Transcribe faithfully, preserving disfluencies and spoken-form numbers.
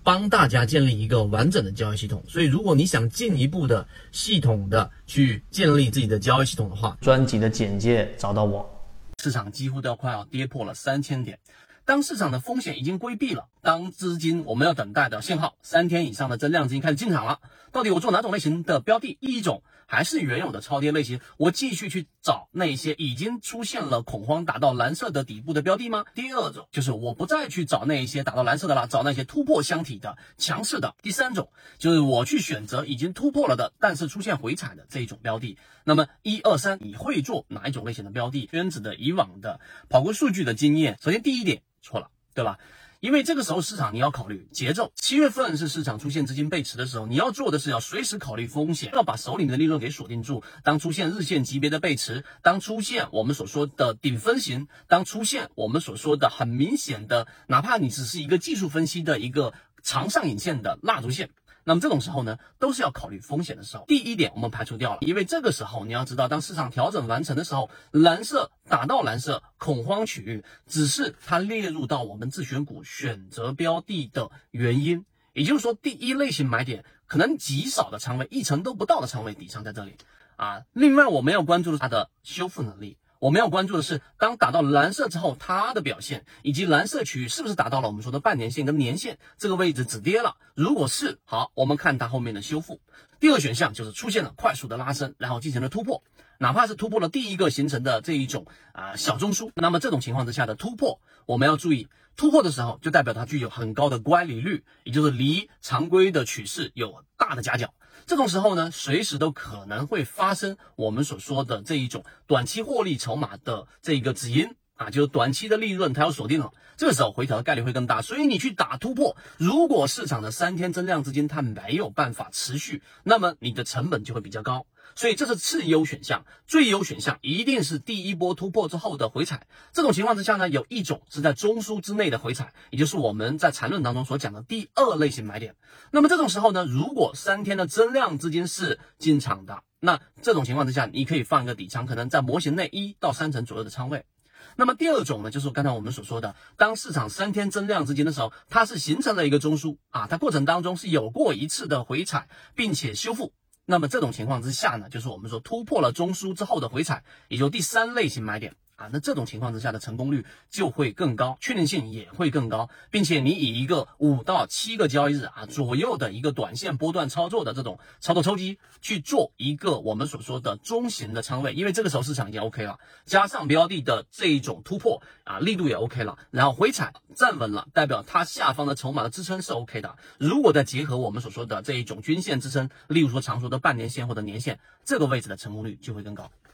帮大家建立一个完整的交易系统。所以如果你想进一步的系统的去建立自己的交易系统的话， 专辑的简介找到我。 市场几乎都要快要跌破了三千点。当市场的风险已经规避了，当资金我们要等待的信号，三天以上的增量资金开始进场了，到底我做哪种类型的标的？第一种还是原有的超跌类型，我继续去找那些已经出现了恐慌达到蓝色的底部的标的吗？第二种就是我不再去找那一些达到蓝色的了，找那些突破箱体的强势的。第三种就是我去选择已经突破了的，但是出现回踩的这一种标的。那么一二三，你会做哪一种类型的标的？圈子的以往的跑过数据的经验，首先第一点错了，对吧？因为这个时候市场你要考虑节奏，七月份是市场出现资金背驰的时候，你要做的是要随时考虑风险，要把手里的利润给锁定住。当出现日线级别的背驰，当出现我们所说的顶分型，当出现我们所说的很明显的，哪怕你只是一个技术分析的一个长上影线的蜡烛线，那么这种时候呢，都是要考虑风险的时候。第一点我们排除掉了，因为这个时候你要知道，当市场调整完成的时候，蓝色打到蓝色恐慌区域，只是它列入到我们自选股选择标的的原因。也就是说，第一类型买点可能极少的仓位，一成都不到的仓位底仓在这里啊。另外我们要关注的是它的修复能力。我们要关注的是，当打到蓝色之后，它的表现，以及蓝色区域是不是达到了我们说的半年线跟年线这个位置止跌了？如果是，好，我们看它后面的修复。第二选项就是出现了快速的拉升，然后进行了突破，哪怕是突破了第一个形成的这一种啊、呃、小中枢，那么这种情况之下的突破，我们要注意，突破的时候就代表它具有很高的乖离率，也就是离常规的趋势有大的夹角。这种时候呢，随时都可能会发生我们所说的这一种短期获利筹码的这个止盈啊，就是短期的利润它要锁定了，这个时候回调的概率会更大。所以你去打突破，如果市场的三天增量资金它没有办法持续，那么你的成本就会比较高。所以这是次优选项，最优选项一定是第一波突破之后的回踩。这种情况之下呢，有一种是在中枢之内的回踩，也就是我们在缠论当中所讲的第二类型买点。那么这种时候呢，如果三天的增量资金是进场的，那这种情况之下，你可以放一个底仓，可能在模型内一到三成左右的仓位。那么第二种呢，就是刚才我们所说的，当市场三天增量资金的时候，它是形成了一个中枢啊，它过程当中是有过一次的回踩，并且修复。那么这种情况之下呢，就是我们说突破了中枢之后的回踩，也就第三类型买点啊。那这种情况之下的成功率就会更高，确定性也会更高，并且你以一个五到七个交易日啊左右的一个短线波段操作的这种操作抽机去做一个我们所说的中型的仓位，因为这个时候市场已经 OK 了，加上标的的这一种突破啊力度也 OK 了，然后回踩站稳了，代表它下方的筹码的支撑是 OK 的。如果再结合我们所说的这一种均线支撑，例如说常说的半年线或者年线，这个位置的成功率就会更高。